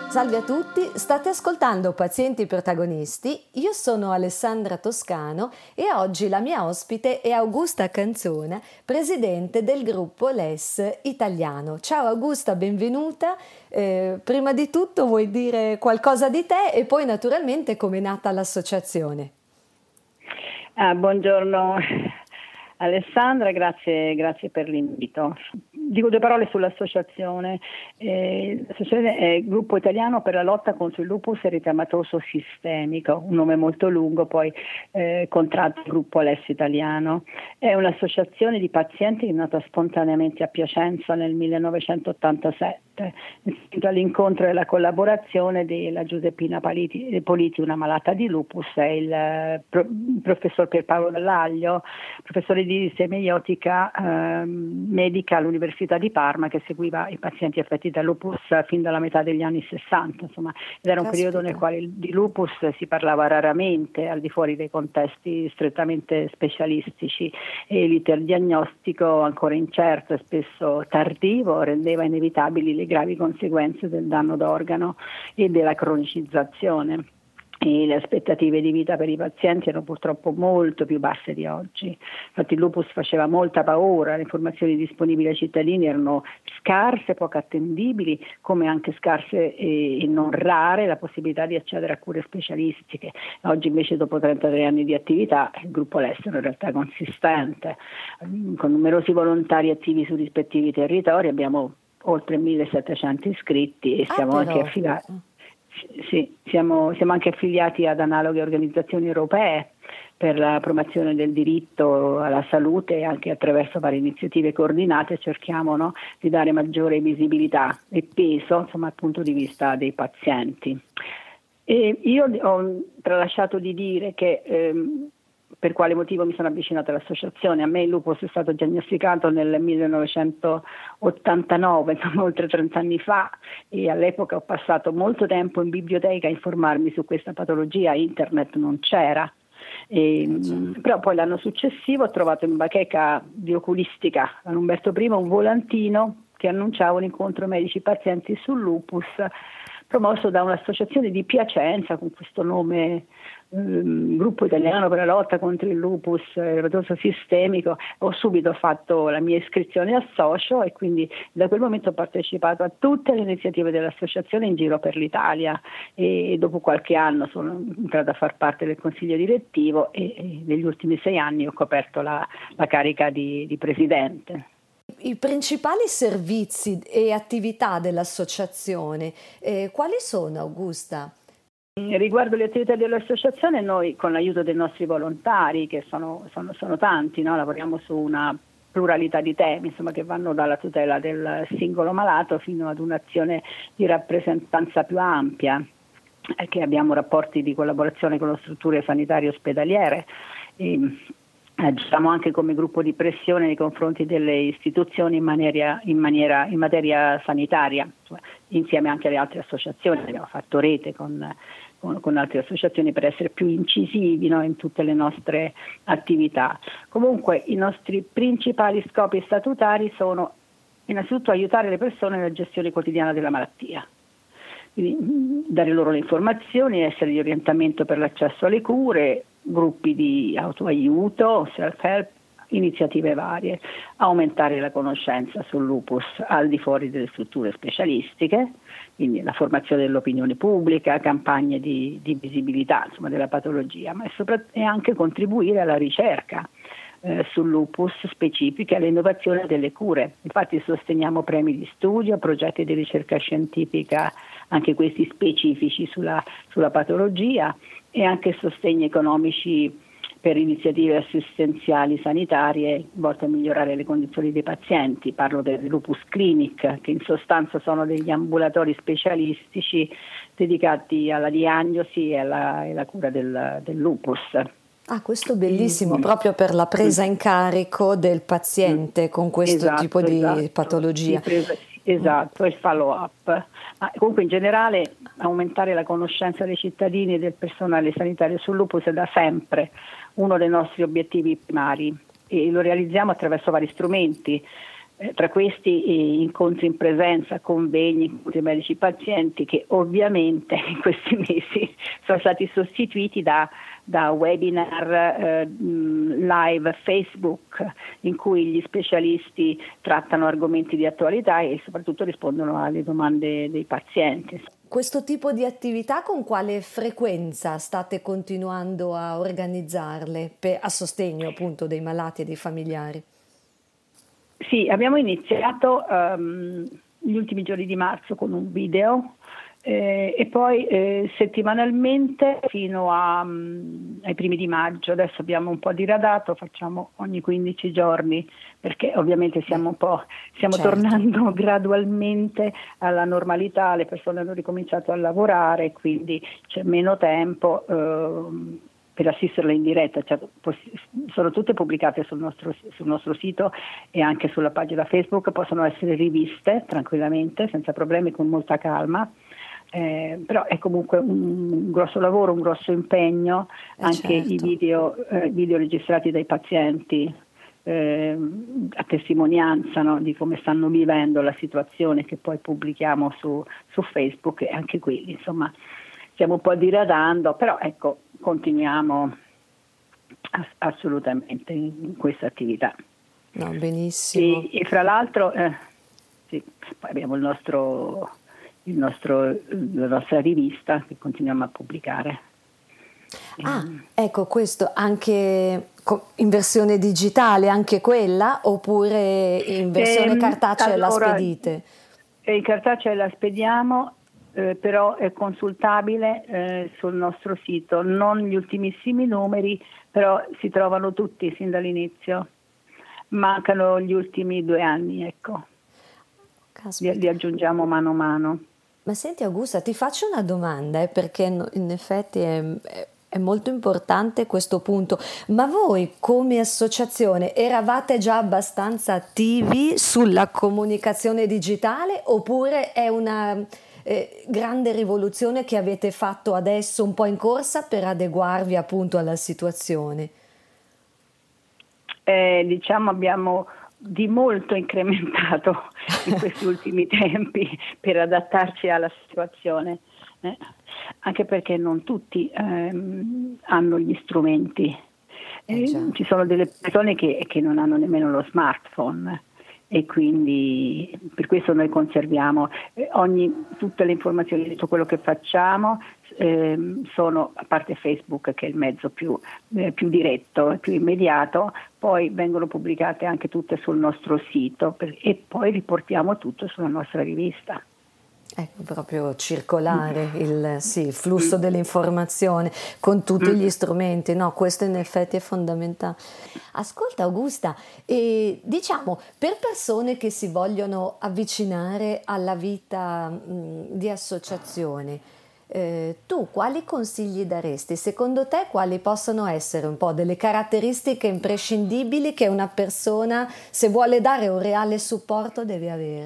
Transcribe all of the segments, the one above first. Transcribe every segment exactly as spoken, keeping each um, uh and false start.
Salve a tutti, state ascoltando Pazienti Protagonisti, io sono Alessandra Toscano e oggi la mia ospite è Augusta Canzona, presidente del gruppo L E S Italiano. Ciao Augusta, benvenuta. Eh, prima di tutto vuoi dire qualcosa di te e poi naturalmente come è nata l'associazione? Ah, buongiorno Alessandra, grazie, grazie per l'invito. Dico due parole sull'associazione. Eh, l'associazione è il Gruppo Italiano per la lotta contro il lupus eritematoso sistemico, un nome molto lungo, poi eh, contratto il Gruppo L E S Italiano. È un'associazione di pazienti che è nata spontaneamente a Piacenza nel millenovecentottantasette, all'incontro e alla collaborazione della Giuseppina Politi, Politi, una malata di lupus, e il, pro, il professor Pierpaolo Dall'Aglio, professore di semeiotica eh, medica all'Università di Parma, che seguiva i pazienti affetti da lupus fin dalla metà degli anni sessanta, insomma, ed era un Caspita. periodo nel quale di lupus si parlava raramente al di fuori dei contesti strettamente specialistici, e l'iter diagnostico ancora incerto e spesso tardivo rendeva inevitabili le gravi conseguenze del danno d'organo e della cronicizzazione. E le aspettative di vita per i pazienti erano purtroppo molto più basse di oggi. Infatti il lupus faceva molta paura, le informazioni disponibili ai cittadini erano scarse, poco attendibili, come anche scarse e non rare la possibilità di accedere a cure specialistiche. Oggi invece, dopo trentatré anni di attività, il gruppo L E S è in realtà consistente, con numerosi volontari attivi sui rispettivi territori. Abbiamo oltre millesettecento iscritti e siamo ah, anche affiliati. Sì, siamo, siamo anche affiliati ad analoghe organizzazioni europee per la promozione del diritto alla salute, e anche attraverso varie iniziative coordinate cerchiamo, no, di dare maggiore visibilità e peso, insomma, dal punto di vista dei pazienti. E io ho tralasciato di dire che ehm, per quale motivo mi sono avvicinata all'associazione. A me il lupus è stato diagnosticato nel millenovecentottantanove, insomma oltre trenta anni fa, e all'epoca ho passato molto tempo in biblioteca a informarmi su questa patologia. Internet non c'era. E, però poi l'anno successivo ho trovato in bacheca di oculistica ad Umberto I un volantino che annunciava un incontro medici pazienti sul lupus, promosso da un'associazione di Piacenza con questo nome, ehm, Gruppo Italiano per la lotta contro il lupus eritematoso sistemico. Ho subito fatto la mia iscrizione a socio e quindi da quel momento ho partecipato a tutte le iniziative dell'associazione in giro per l'Italia, e dopo qualche anno sono entrata a far parte del consiglio direttivo e, e negli ultimi sei anni ho coperto la, la carica di, di presidente. I principali servizi e attività dell'associazione, eh, quali sono, Augusta? Riguardo le attività dell'associazione, noi con l'aiuto dei nostri volontari, che sono, sono, sono tanti, no? Lavoriamo su una pluralità di temi, insomma, che vanno dalla tutela del singolo malato fino ad un'azione di rappresentanza più ampia, eh, che abbiamo rapporti di collaborazione con le strutture sanitarie ospedaliere. E, agiamo anche come gruppo di pressione nei confronti delle istituzioni in, maniera, in, maniera, in materia sanitaria, insomma, insieme anche alle altre associazioni. Abbiamo fatto rete con, con, con altre associazioni per essere più incisivi, no, in tutte le nostre attività. Comunque i nostri principali scopi statutari sono innanzitutto aiutare le persone nella gestione quotidiana della malattia. Quindi dare loro le informazioni, essere di orientamento per l'accesso alle cure, gruppi di autoaiuto, self-help, iniziative varie, aumentare la conoscenza sul lupus al di fuori delle strutture specialistiche, quindi la formazione dell'opinione pubblica, campagne di, di visibilità, insomma, della patologia, ma è, sopra, è anche contribuire alla ricerca eh, sul lupus specifiche, all'innovazione delle cure. Infatti sosteniamo premi di studio, progetti di ricerca scientifica, anche questi specifici sulla, sulla patologia, e anche sostegni economici per iniziative assistenziali sanitarie volte a migliorare le condizioni dei pazienti. Parlo del Lupus Clinic, che in sostanza sono degli ambulatori specialistici dedicati alla diagnosi e alla, e alla cura del, del lupus. Ah, questo è bellissimo, mm. proprio per la presa in carico del paziente mm. con questo esatto, tipo di esatto. patologia. Presa, esatto, mm. il follow-up. Ma comunque in generale aumentare la conoscenza dei cittadini e del personale sanitario sul lupus è da sempre uno dei nostri obiettivi primari, e lo realizziamo attraverso vari strumenti. Eh, tra questi eh, incontri in presenza, convegni, incontri medici pazienti, che ovviamente in questi mesi sono stati sostituiti da, da webinar eh, live Facebook, in cui gli specialisti trattano argomenti di attualità e soprattutto rispondono alle domande dei pazienti. Questo tipo di attività con quale frequenza state continuando a organizzarle per, a sostegno appunto dei malati e dei familiari? Sì, abbiamo iniziato um, gli ultimi giorni di marzo con un video eh, e poi eh, settimanalmente fino a, um, ai primi di maggio. Adesso abbiamo un po' diradato, facciamo ogni quindici giorni perché ovviamente siamo un po' stiamo certo. tornando gradualmente alla normalità, le persone hanno ricominciato a lavorare, quindi c'è meno tempo eh, per assisterle in diretta, cioè, sono tutte pubblicate sul nostro, sul nostro sito e anche sulla pagina Facebook, possono essere riviste tranquillamente, senza problemi, con molta calma, eh, però è comunque un grosso lavoro, un grosso impegno, eh anche certo. i video, eh, video registrati dai pazienti, eh, a testimonianza, no, di come stanno vivendo la situazione, che poi pubblichiamo su, su Facebook, e anche quelli, insomma, stiamo un po' diradando, però ecco, continuiamo ass- assolutamente in questa attività. No, benissimo. E, e fra l'altro eh, sì, poi abbiamo il nostro, il nostro, la nostra rivista che continuiamo a pubblicare. Ah, ecco, questo anche in versione digitale, anche quella, oppure in versione ehm, cartacea allora, la spedite? In cartacea la spediamo, Eh, però è consultabile eh, sul nostro sito, non gli ultimissimi numeri, però si trovano tutti sin dall'inizio, mancano gli ultimi due anni, ecco, li, li aggiungiamo mano a mano. Ma senti Augusta, ti faccio una domanda, eh, perché in effetti è, è, è molto importante questo punto, ma voi come associazione eravate già abbastanza attivi sulla comunicazione digitale, oppure è una Eh, grande rivoluzione che avete fatto adesso un po' in corsa per adeguarvi appunto alla situazione? Eh, diciamo abbiamo di molto incrementato in questi ultimi tempi per adattarci alla situazione, eh, anche perché non tutti ehm, hanno gli strumenti, eh, eh, ci sono delle persone che, che non hanno nemmeno lo smartphone. E quindi per questo noi conserviamo ogni, tutte le informazioni di tutto quello che facciamo, eh, sono, a parte Facebook che è il mezzo più, eh, più diretto e più immediato, poi vengono pubblicate anche tutte sul nostro sito per, e poi riportiamo tutto sulla nostra rivista. Ecco, proprio circolare il, sì, il flusso dell'informazione con tutti gli strumenti, no, questo in effetti è fondamentale. Ascolta Augusta, eh, diciamo, per persone che si vogliono avvicinare alla vita mh, di associazione, eh, tu quali consigli daresti? Secondo te quali possono essere un po' delle caratteristiche imprescindibili che una persona, se vuole dare un reale supporto, deve avere?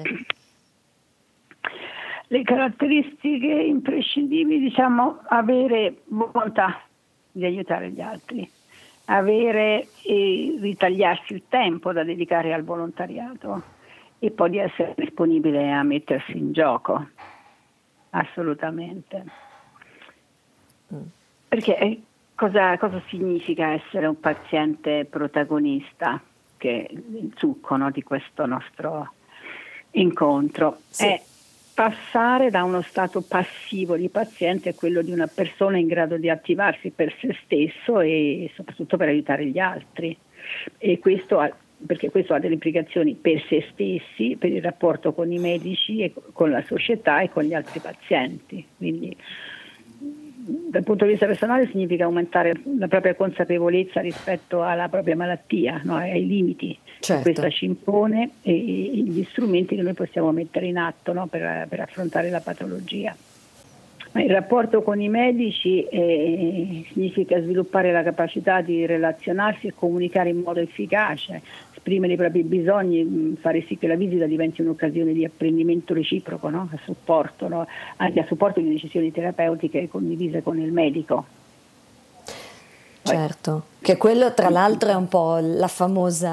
Le caratteristiche imprescindibili, diciamo, avere volontà di aiutare gli altri, avere e ritagliarsi il tempo da dedicare al volontariato e poi di essere disponibile a mettersi in gioco, assolutamente. Mm. Perché eh, cosa, cosa significa essere un paziente protagonista, che è il succo, no, di questo nostro incontro? Sì. È passare da uno stato passivo di paziente a quello di una persona in grado di attivarsi per se stesso e soprattutto per aiutare gli altri. E questo ha, perché questo ha delle implicazioni per se stessi, per il rapporto con i medici e con la società e con gli altri pazienti. Quindi dal punto di vista personale significa aumentare la propria consapevolezza rispetto alla propria malattia, no? Ai limiti certo. che questa ci impone e gli strumenti che noi possiamo mettere in atto, no? per, per affrontare la patologia. Ma il rapporto con i medici eh, significa sviluppare la capacità di relazionarsi e comunicare in modo efficace, esprimere i propri bisogni, fare sì che la visita diventi un'occasione di apprendimento reciproco, no? a supporto, no? anche a supporto di decisioni terapeutiche condivise con il medico. Certo, che quello tra l'altro è un po' la famosa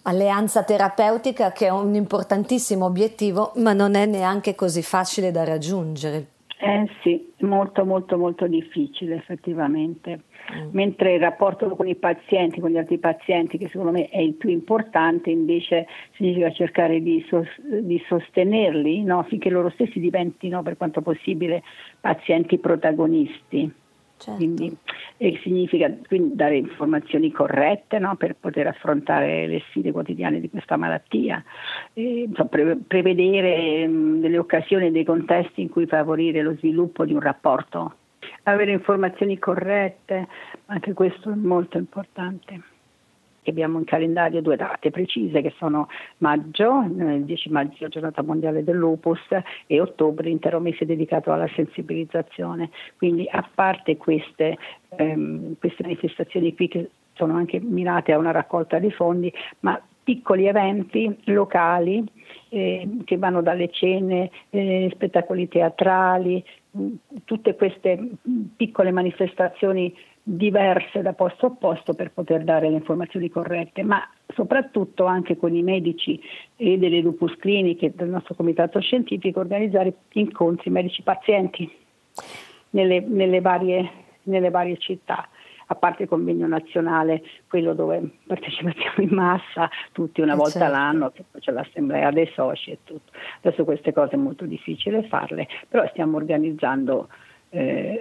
alleanza terapeutica che è un importantissimo obiettivo, ma non è neanche così facile da raggiungere. Eh sì, molto molto molto difficile effettivamente, mm. mentre il rapporto con i pazienti, con gli altri pazienti, che secondo me è il più importante, invece significa cercare di, sos- di sostenerli, no? Affinché loro stessi diventino per quanto possibile pazienti protagonisti. Certo. Quindi e significa quindi dare informazioni corrette, no? Per poter affrontare le sfide quotidiane di questa malattia, e, insomma, pre- prevedere mh, delle occasioni e dei contesti in cui favorire lo sviluppo di un rapporto, avere informazioni corrette, anche questo è molto importante. Abbiamo in calendario due date precise che sono maggio, il dieci maggio giornata mondiale del lupus, e ottobre intero mese dedicato alla sensibilizzazione. Quindi a parte queste, ehm, queste manifestazioni qui che sono anche mirate a una raccolta di fondi, ma piccoli eventi locali eh, che vanno dalle cene, eh, spettacoli teatrali, mh, tutte queste piccole manifestazioni diverse da posto a posto per poter dare le informazioni corrette, ma soprattutto anche con i medici e delle lupus cliniche del nostro comitato scientifico organizzare incontri medici-pazienti nelle, nelle, varie, nelle varie città, a parte il convegno nazionale, quello dove partecipiamo in massa tutti una volta certo. l'anno, che poi c'è l'assemblea dei soci e tutto. Adesso queste cose è molto difficile farle, però stiamo organizzando eh,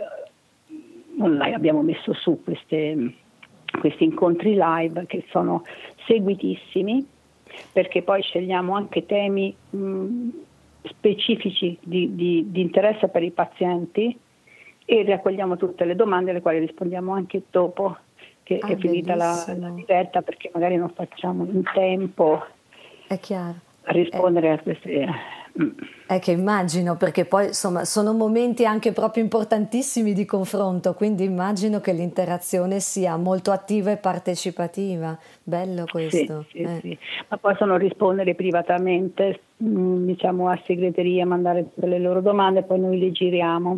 online, abbiamo messo su queste, questi incontri live che sono seguitissimi, perché poi scegliamo anche temi mh, specifici di, di, di interesse per i pazienti e raccogliamo tutte le domande alle quali rispondiamo anche dopo che ah, è finita la, la diretta, perché magari non facciamo in tempo è chiaro. a rispondere è... a queste... È che immagino, perché poi insomma sono momenti anche proprio importantissimi di confronto, quindi immagino che l'interazione sia molto attiva e partecipativa. Bello questo. Sì, sì, eh. sì. Ma possono rispondere privatamente, mh, diciamo a segreteria, mandare tutte le loro domande, poi noi le giriamo.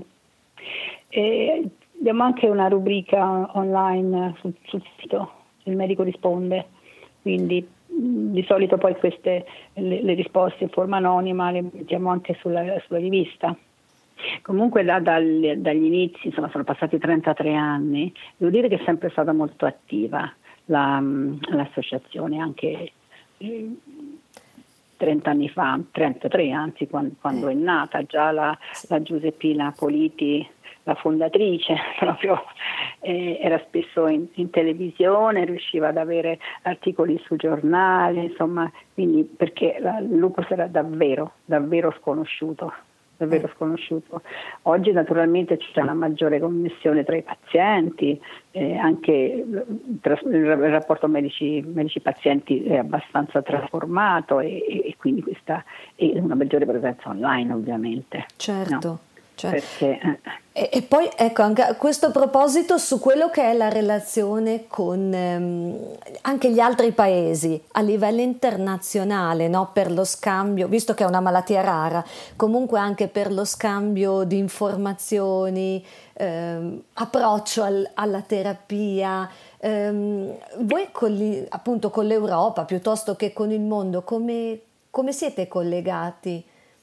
E abbiamo anche una rubrica online sul, sul sito, il medico risponde, quindi di solito poi queste le, le risposte in forma anonima le mettiamo anche sulla, sulla rivista. Comunque da, dal, dagli inizi, insomma sono passati trentatré anni, devo dire che è sempre stata molto attiva la, l'associazione, anche eh, trenta anni fa, trentatré anzi, quando, quando è nata già la, la Giuseppina Politi, la fondatrice, proprio eh, era spesso in, in televisione, riusciva ad avere articoli su giornali, insomma, quindi perché la, il lupus era davvero, davvero sconosciuto, davvero sconosciuto. Oggi naturalmente c'è una maggiore connessione tra i pazienti, eh, anche tra, il rapporto medici, medici-pazienti è abbastanza trasformato e, e quindi questa è una maggiore presenza online ovviamente. Certo. No? Cioè, Perché, eh. e, e poi ecco anche a questo proposito su quello che è la relazione con ehm, anche gli altri paesi a livello internazionale, no? Per lo scambio, visto che è una malattia rara, comunque anche per lo scambio di informazioni, ehm, approccio al, alla terapia. Ehm, voi con li, appunto con l'Europa piuttosto che con il mondo, come, come siete collegati?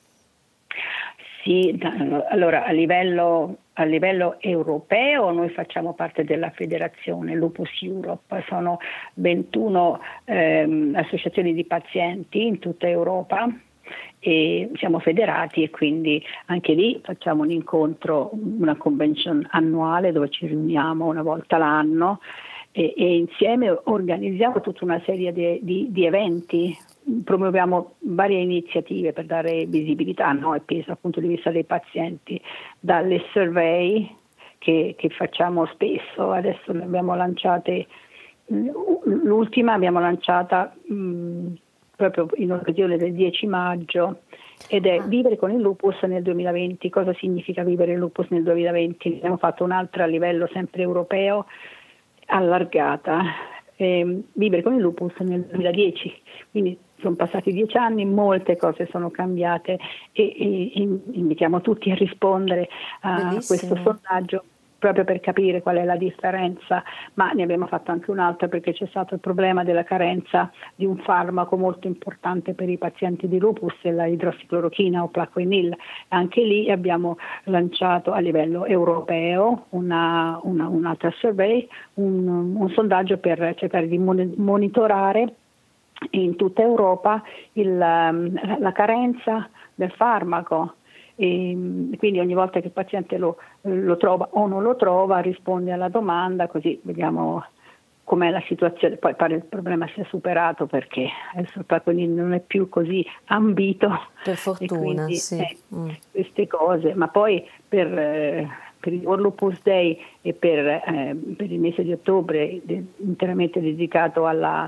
Sì, allora a livello, a livello europeo noi facciamo parte della federazione Lupus Europe, sono ventuno ehm, associazioni di pazienti in tutta Europa e siamo federati e quindi anche lì facciamo un incontro, una convention annuale dove ci riuniamo una volta l'anno e, e insieme organizziamo tutta una serie di, di, di eventi. Promuoviamo varie iniziative per dare visibilità, no, e peso dal punto di vista dei pazienti, dalle survey che, che facciamo spesso, adesso ne abbiamo lanciate, l'ultima abbiamo lanciata mh, proprio in occasione del dieci maggio ed è Vivere con il lupus nel duemilaventi. Cosa significa vivere il lupus nel duemilaventi? Abbiamo fatto un'altra a livello sempre europeo allargata, eh, Vivere con il lupus nel duemiladieci, quindi sono passati dieci anni, molte cose sono cambiate e, e, e invitiamo tutti a rispondere a Bellissimo. questo sondaggio proprio per capire qual è la differenza, ma ne abbiamo fatto anche un'altra perché c'è stato il problema della carenza di un farmaco molto importante per i pazienti di lupus, la idrossiclorochina o plaquenil. Anche lì abbiamo lanciato a livello europeo una, una, un'altra survey, un, un sondaggio per cercare di monitorare in tutta Europa il, la carenza del farmaco. E quindi ogni volta che il paziente lo, lo trova o non lo trova risponde alla domanda, così vediamo com'è la situazione. Poi pare il problema sia superato perché adesso il plaquenil non è più così ambito, per fortuna, e quindi, sì. eh, mm. queste cose, ma poi per, eh, per il World Lupus Day e per, eh, per il mese di ottobre de- interamente dedicato alla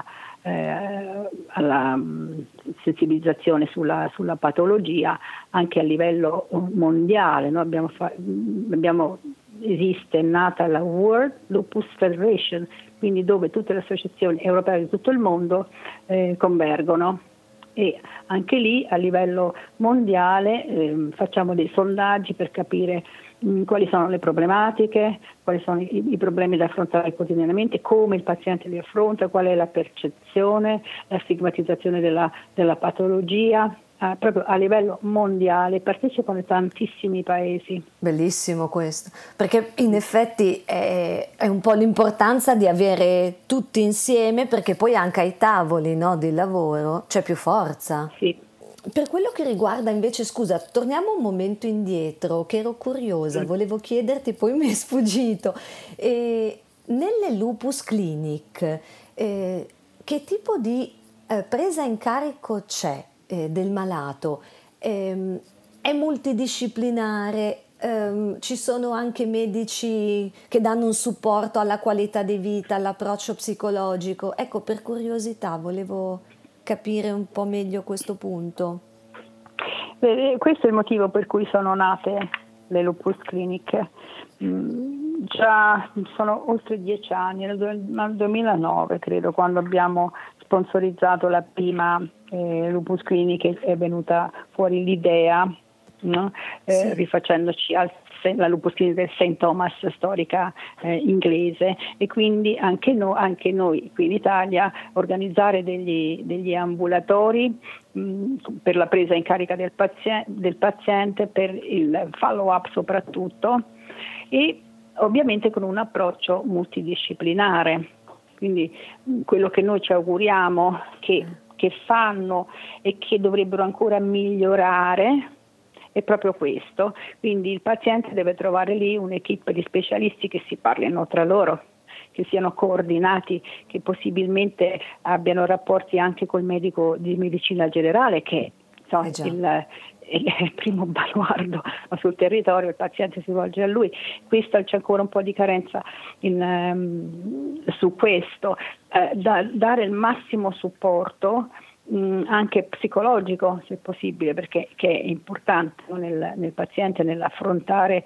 Eh, alla mh, sensibilizzazione sulla, sulla patologia anche a livello mondiale. Noi abbiamo, fa- abbiamo esiste, è nata la World Lupus Federation, quindi dove tutte le associazioni europee di tutto il mondo eh, convergono, e anche lì a livello mondiale eh, facciamo dei sondaggi per capire mh, quali sono le problematiche, quali sono i, i problemi da affrontare quotidianamente, come il paziente li affronta, qual è la percezione, la stigmatizzazione della, della patologia. Eh, proprio a livello mondiale partecipano tantissimi paesi. Bellissimo questo, perché in effetti è, è un po' l'importanza di avere tutti insieme, perché poi anche ai tavoli, no, di lavoro c'è più forza. Sì. Per quello che riguarda invece, scusa, torniamo un momento indietro, che ero curiosa, Mm. volevo chiederti, poi mi è sfuggito. E nelle Lupus Clinic, eh, che tipo di eh, presa in carico c'è eh, del malato? Ehm, è multidisciplinare? Ehm, ci sono anche medici che danno un supporto alla qualità di vita, all'approccio psicologico? Ecco, per curiosità volevo capire un po' meglio questo punto. Eh, Questo è il motivo per cui sono nate le Lupus Clinic. Mm, già sono oltre dieci anni, nel du- nel duemilanove credo, quando abbiamo sponsorizzato la prima eh, Lupus Clinic, è venuta fuori l'idea, no? Eh, Sì. rifacendoci al la Lupus Clinic del Saint Thomas, storica eh, inglese, e quindi anche, no, anche noi qui in Italia organizzare degli, degli ambulatori mh, per la presa in carica del paziente, del paziente, per il follow up soprattutto, e ovviamente con un approccio multidisciplinare. Quindi mh, quello che noi ci auguriamo che, che fanno e che dovrebbero ancora migliorare è proprio questo. Quindi il paziente deve trovare lì un'equipe di specialisti che si parlino tra loro, che siano coordinati, che possibilmente abbiano rapporti anche col medico di medicina generale, che insomma, Eh il, il primo baluardo sul territorio, il paziente si rivolge a lui. Questo c'è ancora un po' di carenza in, um, su questo, eh, da, dare il massimo supporto mh, anche psicologico, se possibile, perché che è importante, no, nel, nel paziente, nell'affrontare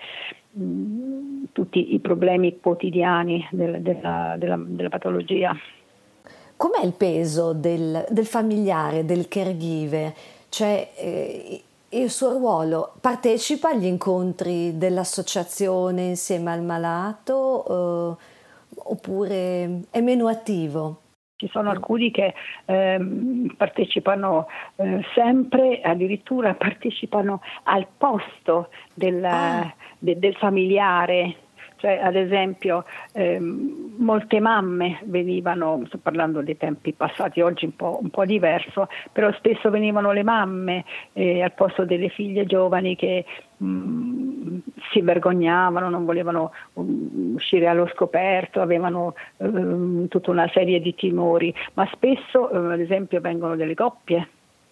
mh, tutti i problemi quotidiani del, della, della, della patologia. Com'è il peso del, del familiare, del caregiver? Cioè, eh, il suo ruolo partecipa agli incontri dell'associazione insieme al malato, eh, oppure è meno attivo? Ci sono alcuni che ehm, partecipano eh, sempre, addirittura partecipano al posto del, Ah. de, del familiare. Cioè, ad esempio, ehm, molte mamme venivano, sto parlando dei tempi passati, oggi un po', un po' diverso, però spesso venivano le mamme eh, al posto delle figlie giovani che mh, si vergognavano, non volevano um, uscire allo scoperto, avevano um, tutta una serie di timori, ma spesso, um, ad esempio, vengono delle coppie.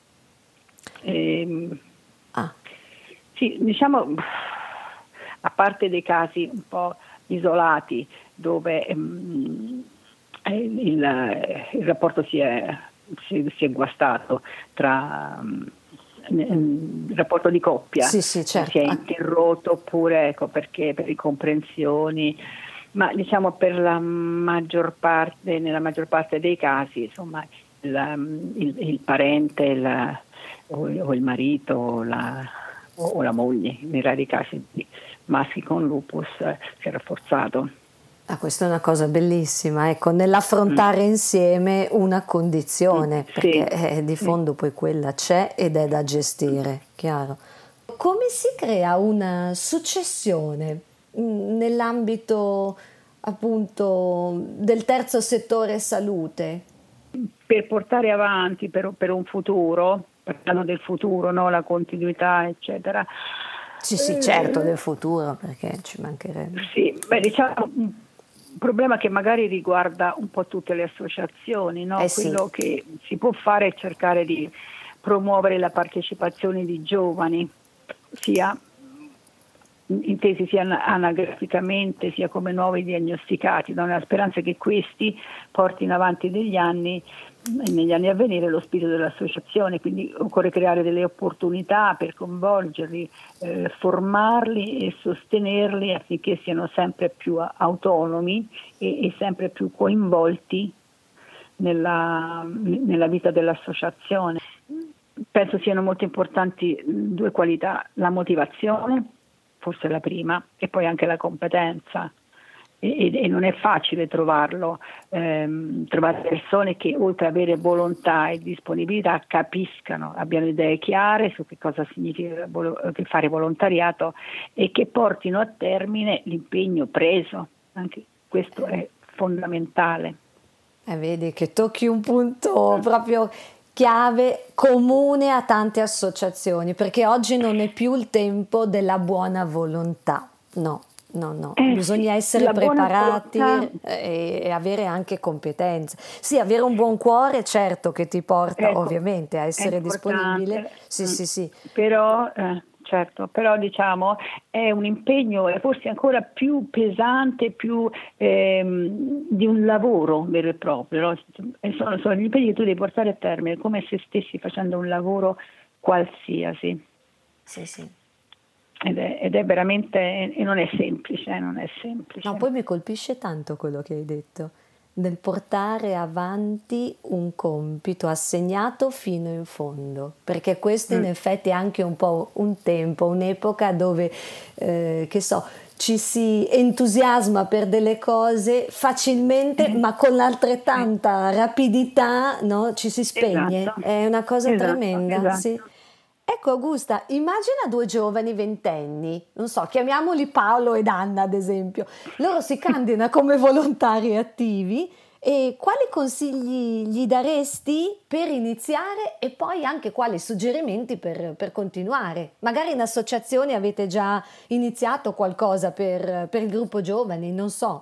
Ehm, Ah. sì, diciamo, a parte dei casi un po' isolati dove um, il, il rapporto si è, si, si è guastato tra um, il rapporto di coppia, Sì, sì, certo. si è interrotto, oppure ecco, perché per incomprensioni, ma diciamo per la maggior parte, nella maggior parte dei casi, insomma, il, il, il parente il, o, o il marito o la, o la moglie, nei rari casi di maschi con lupus eh, si è rafforzato. Ah, questa è una cosa bellissima, ecco, nell'affrontare mm. insieme una condizione, mm, perché sì, eh, di fondo sì. poi quella c'è ed è da gestire, chiaro. Come si crea una successione mh, nell'ambito appunto del terzo settore salute? Per portare avanti per, per un futuro, parlando del futuro, no? La continuità, eccetera. Sì, sì, certo, del futuro, perché ci mancherebbe. Sì, beh, diciamo un problema che magari riguarda un po' tutte le associazioni, no? Eh Quello sì. che si può fare è cercare di promuovere la partecipazione di giovani, sia intesi sia anagraficamente sia come nuovi diagnosticati, no? Nella speranza che questi portino avanti negli anni negli anni a venire lo spirito dell'associazione, quindi occorre creare delle opportunità per coinvolgerli, eh, formarli e sostenerli affinché siano sempre più autonomi e, e sempre più coinvolti nella, nella vita dell'associazione. Penso siano molto importanti due qualità: la motivazione, forse la prima, e poi anche la competenza. E, e non è facile trovarlo, ehm, trovare persone che oltre ad avere volontà e disponibilità capiscano, abbiano idee chiare su che cosa significa fare volontariato e che portino a termine l'impegno preso. Anche questo è fondamentale. Eh, vedi che tocchi un punto proprio chiave, comune a tante associazioni, perché oggi non è più il tempo della buona volontà, no. No, no, eh bisogna sì, essere preparati e, e avere anche competenze. Sì, avere un buon cuore, certo, che ti porta ecco, ovviamente a essere disponibile. Sì, mm. sì, sì. Però, eh, certo, però diciamo è un impegno, è forse ancora più pesante, più ehm, di un lavoro vero e proprio. No? E sono, sono gli impegni che tu devi portare a termine, come se stessi facendo un lavoro qualsiasi. Sì, sì. Ed è, ed è veramente, e non è semplice, non è semplice. No, poi mi colpisce tanto quello che hai detto, nel portare avanti un compito assegnato fino in fondo, perché questo mm. in effetti è anche un po' un tempo, un'epoca dove, eh, che so, ci si entusiasma per delle cose facilmente, mm. ma con l'altrettanta rapidità, no, ci si spegne. Esatto. È una cosa esatto, tremenda, esatto. sì. Ecco Augusta, immagina due giovani ventenni, non so, chiamiamoli Paolo ed Anna ad esempio, loro si candidano come volontari attivi e quali consigli gli daresti per iniziare e poi anche quali suggerimenti per, per continuare? Magari in associazione avete già iniziato qualcosa per, per il gruppo giovani, non so.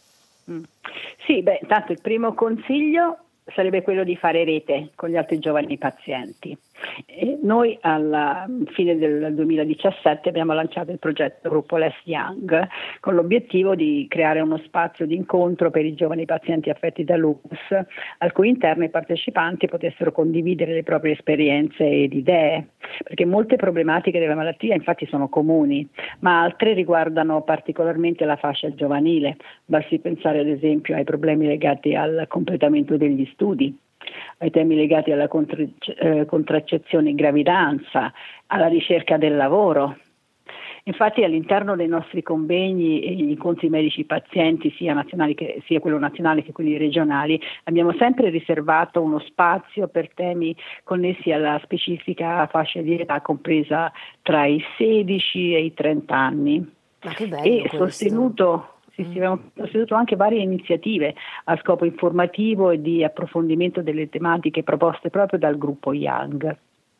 Mm. Sì, beh, intanto il primo consiglio sarebbe quello di fare rete con gli altri giovani pazienti. E noi alla fine del duemiladiciassette abbiamo lanciato il progetto Gruppo Less Young con l'obiettivo di creare uno spazio di incontro per i giovani pazienti affetti da lupus, al cui interno i partecipanti potessero condividere le proprie esperienze ed idee, perché molte problematiche della malattia infatti sono comuni, ma altre riguardano particolarmente la fascia giovanile. Basti pensare ad esempio ai problemi legati al completamento degli studi, ai temi legati alla contra- eh, contraccezione in gravidanza, alla ricerca del lavoro. Infatti all'interno dei nostri convegni e gli incontri medici pazienti, sia nazionali che sia quello nazionale che quelli regionali, abbiamo sempre riservato uno spazio per temi connessi alla specifica fascia di età compresa tra i sedici e i trenta anni. Ma che bello e questo. sostenuto Sì, sì, abbiamo sostenuto anche varie iniziative a scopo informativo e di approfondimento delle tematiche proposte proprio dal gruppo Young.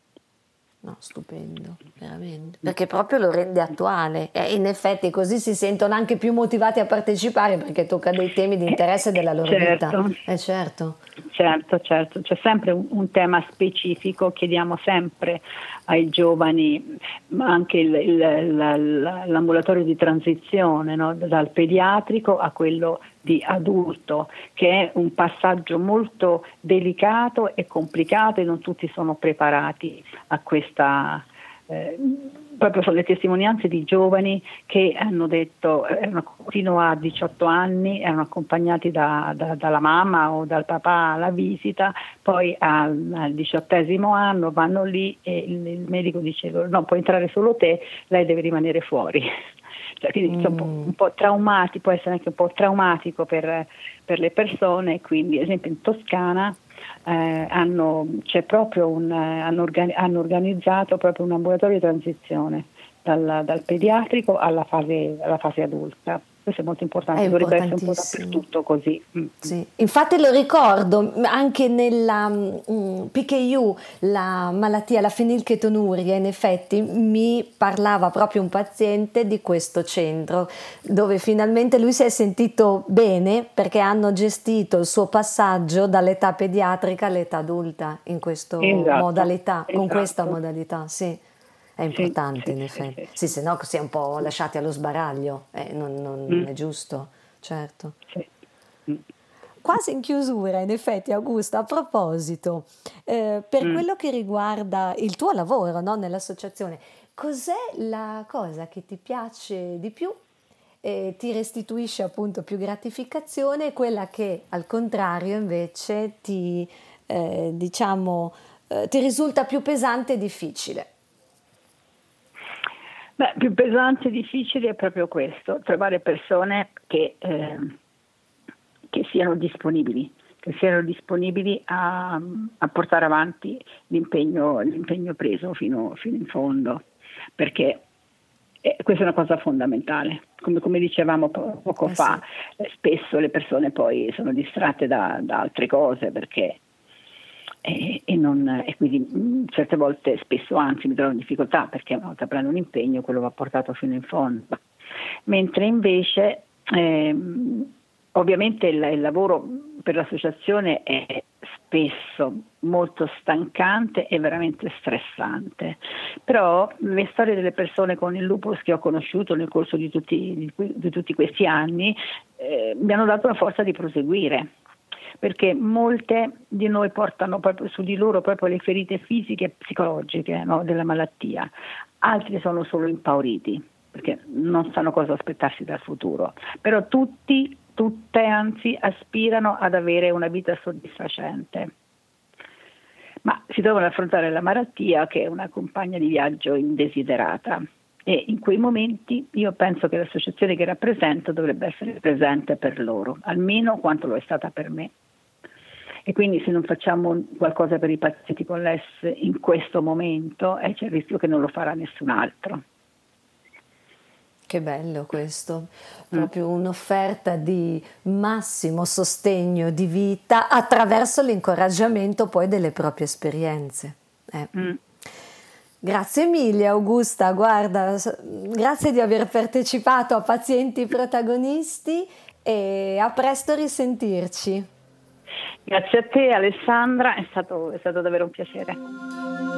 No, stupendo, veramente, perché proprio lo rende attuale e in effetti così si sentono anche più motivati a partecipare perché tocca dei temi di interesse della loro certo. vita. Eh, certo. Certo, certo, c'è sempre un, un tema specifico, chiediamo sempre ai giovani, ma anche il, il, la, la, l'ambulatorio di transizione, no? Dal pediatrico a quello di adulto, che è un passaggio molto delicato e complicato e non tutti sono preparati a questa. Eh, proprio sono le testimonianze di giovani che hanno detto erano fino a diciotto anni, erano accompagnati da, da, dalla mamma o dal papà alla visita, poi al, al diciottesimo anno vanno lì e il, il medico dice no, puoi entrare solo te, lei deve rimanere fuori. Cioè, quindi mm. un, po', un po' traumatico, può essere anche un po' traumatico per, per le persone, quindi ad esempio in Toscana eh, hanno, c'è proprio un, hanno, organi- hanno organizzato proprio un ambulatorio di transizione dal, dal pediatrico alla fase, alla fase adulta. Questo è molto importante, è dovrebbe essere un po' dappertutto così. Sì. Infatti lo ricordo anche nella um, P K U, la malattia, la fenilchetonuria, in effetti mi parlava proprio un paziente di questo centro, dove finalmente lui si è sentito bene perché hanno gestito il suo passaggio dall'età pediatrica all'età adulta in questa esatto, modalità, esatto. con questa modalità, sì. È importante, sì, in sì, effetti. Sì, sì, se no si è un po' lasciati allo sbaraglio, eh, non, non mm. è giusto, certo. Sì. Mm. Quasi in chiusura, in effetti, Augusta, a proposito, eh, per mm. quello che riguarda il tuo lavoro, no, nell'associazione, cos'è la cosa che ti piace di più e ti restituisce appunto più gratificazione e quella che al contrario invece ti, eh, diciamo, eh, ti risulta più pesante e difficile? Beh, più pesante e difficile è proprio questo, trovare persone che, eh, che siano disponibili, che siano disponibili a, a portare avanti l'impegno, l'impegno preso fino, fino in fondo, perché eh, questa è una cosa fondamentale. Come, come dicevamo po- poco eh fa, sì. eh, spesso le persone poi sono distratte da, da altre cose, perché E, e, non, e quindi mh, certe volte, spesso anzi, mi trovo in difficoltà perché una volta prendo un impegno, quello va portato fino in fondo. Mentre invece, ehm, ovviamente il, il lavoro per l'associazione è spesso molto stancante e veramente stressante, però le storie delle persone con il lupus che ho conosciuto nel corso di tutti, di, di tutti questi anni eh, mi hanno dato la forza di proseguire, perché molte di noi portano proprio su di loro proprio le ferite fisiche e psicologiche, no, della malattia, altri sono solo impauriti perché non sanno cosa aspettarsi dal futuro, però tutti, tutte anzi aspirano ad avere una vita soddisfacente, ma si trovano ad affrontare la malattia che è una compagna di viaggio indesiderata. E in quei momenti io penso che l'associazione che rappresento dovrebbe essere presente per loro, almeno quanto lo è stata per me. E quindi se non facciamo qualcosa per i pazienti con l'A S in questo momento, eh, c'è il rischio che non lo farà nessun altro. Che bello questo, proprio mm. un'offerta di massimo sostegno di vita attraverso l'incoraggiamento poi delle proprie esperienze. Eh. Mm. Grazie mille Augusta, guarda, grazie di aver partecipato a Pazienti Protagonisti e a presto risentirci. Grazie a te Alessandra, è stato, è stato davvero un piacere.